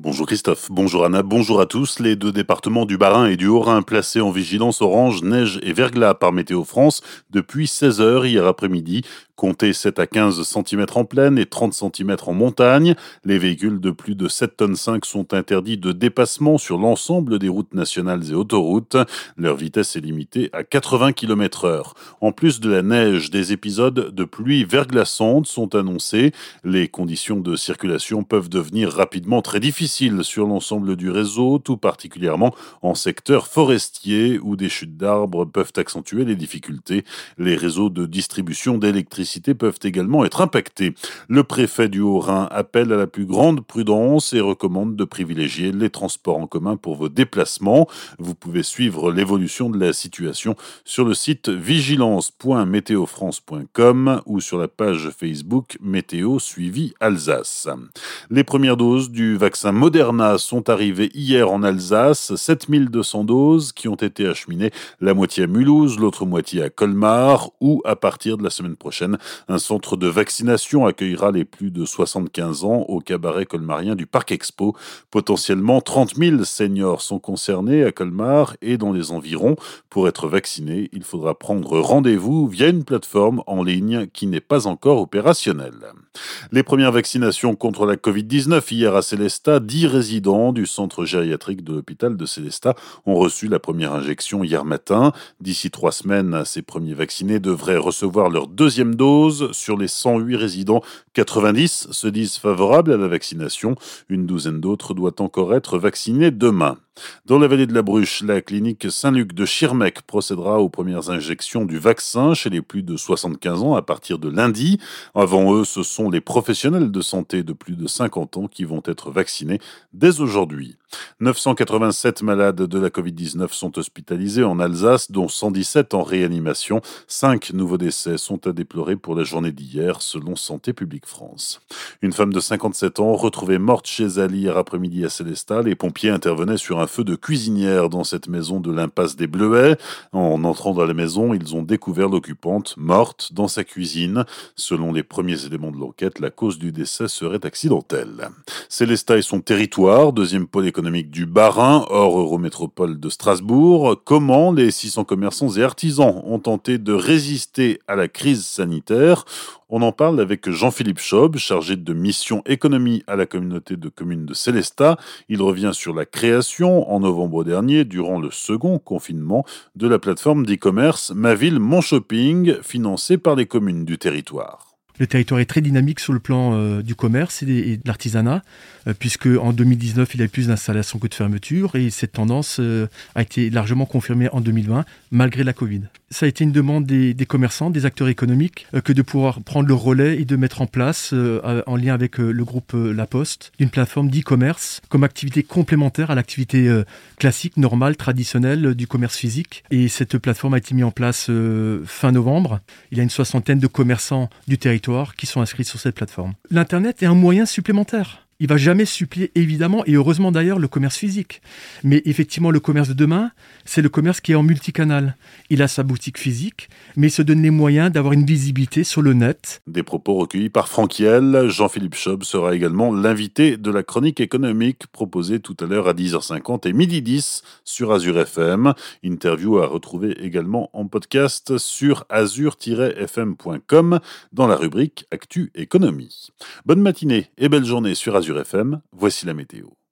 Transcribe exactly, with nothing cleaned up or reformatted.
Bonjour Christophe, bonjour Anna, bonjour à tous. Les deux départements du Bas-Rhin et du Haut-Rhin placés en vigilance orange, neige et verglas par Météo France depuis seize heures hier après-midi. Comptez sept à quinze centimètres en plaine et trente centimètres en montagne. Les véhicules de plus de sept tonnes cinq sont interdits de dépassement sur l'ensemble des routes nationales et autoroutes. Leur vitesse est limitée à quatre-vingts kilomètres heure. En plus de la neige, des épisodes de pluie verglaçante sont annoncés. Les conditions de circulation peuvent devenir rapidement très difficiles sur l'ensemble du réseau, tout particulièrement en secteur forestier où des chutes d'arbres peuvent accentuer les difficultés. Les réseaux de distribution d'électricité peuvent également être impactés. Le préfet du Haut-Rhin appelle à la plus grande prudence et recommande de privilégier les transports en commun pour vos déplacements. Vous pouvez suivre l'évolution de la situation sur le site vigilance point météo france point com ou sur la page Facebook Météo suivi Alsace. Les premières doses du vaccin Moderna sont arrivées hier en Alsace, sept mille deux cents doses qui ont été acheminées, la moitié à Mulhouse, l'autre moitié à Colmar, où à partir de la semaine prochaine, un centre de vaccination accueillera les plus de soixante-quinze ans au cabaret colmarien du Parc Expo. Potentiellement trente mille seniors sont concernés à Colmar et dans les environs. Pour être vacciné, il faudra prendre rendez-vous via une plateforme en ligne qui n'est pas encore opérationnelle. Les premières vaccinations contre la covid dix-neuf hier à Sélestat, dix résidents du centre gériatrique de l'hôpital de Sélestat ont reçu la première injection hier matin. D'ici trois semaines, ces premiers vaccinés devraient recevoir leur deuxième dose. Sur les cent huit résidents, quatre-vingt-dix se disent favorables à la vaccination. Une douzaine d'autres doivent encore être vaccinés demain. Dans la vallée de la Bruche, la clinique Saint-Luc de Schirmeck procédera aux premières injections du vaccin chez les plus de soixante-quinze ans à partir de lundi. Avant eux, ce sont les professionnels de santé de plus de cinquante ans qui vont être vaccinés dès aujourd'hui. neuf cent quatre-vingt-sept malades de la covid dix-neuf sont hospitalisés en Alsace, dont cent dix-sept en réanimation. cinq nouveaux décès sont à déplorer pour la journée d'hier, selon Santé publique France. Une femme de cinquante-sept ans retrouvée morte chez elle hier après-midi à Sélestat. Les pompiers intervenaient sur un feu de cuisinière dans cette maison de l'impasse des Bleuets. En entrant dans la maison, ils ont découvert l'occupante morte dans sa cuisine. Selon les premiers éléments de l'enquête, la cause du décès serait accidentelle. Sélestat et son territoire, deuxième pôle économique du Bas-Rhin, hors Eurométropole de Strasbourg. Comment les six cents commerçants et artisans ont tenté de résister à la crise sanitaire ? On en parle avec Jean-Philippe Schob, chargé de mission économie à la communauté de communes de Sélestat. Il revient sur la création, en novembre dernier, durant le second confinement, de la plateforme d'e-commerce Ma Ville Mon Shopping, financée par les communes du territoire. Le territoire est très dynamique sur le plan euh, du commerce et, des, et de l'artisanat, euh, puisque en deux mille dix-neuf, il y a eu plus d'installations que de fermetures, et cette tendance euh, a été largement confirmée en deux mille vingt, malgré la Covid. Ça a été une demande des, des commerçants, des acteurs économiques, euh, que de pouvoir prendre le relais et de mettre en place, euh, en lien avec euh, le groupe euh, La Poste, une plateforme d'e-commerce comme activité complémentaire à l'activité euh, classique, normale, traditionnelle euh, du commerce physique. Et cette plateforme a été mise en place euh, fin novembre. Il y a une soixantaine de commerçants du territoire qui sont inscrits sur cette plateforme. L'Internet est un moyen supplémentaire. Il ne va jamais suppléer, évidemment, et heureusement d'ailleurs, le commerce physique. Mais effectivement, le commerce de demain, c'est le commerce qui est en multicanal. Il a sa boutique physique, mais il se donne les moyens d'avoir une visibilité sur le net. Des propos recueillis par Franck Hiel. Jean-Philippe Schob sera également l'invité de la chronique économique proposée tout à l'heure à dix heures cinquante et midi dix sur Azure F M. Interview à retrouver également en podcast sur azure tiret f m point com dans la rubrique Actu Économie. Bonne matinée et belle journée sur Azure F M, voici la météo.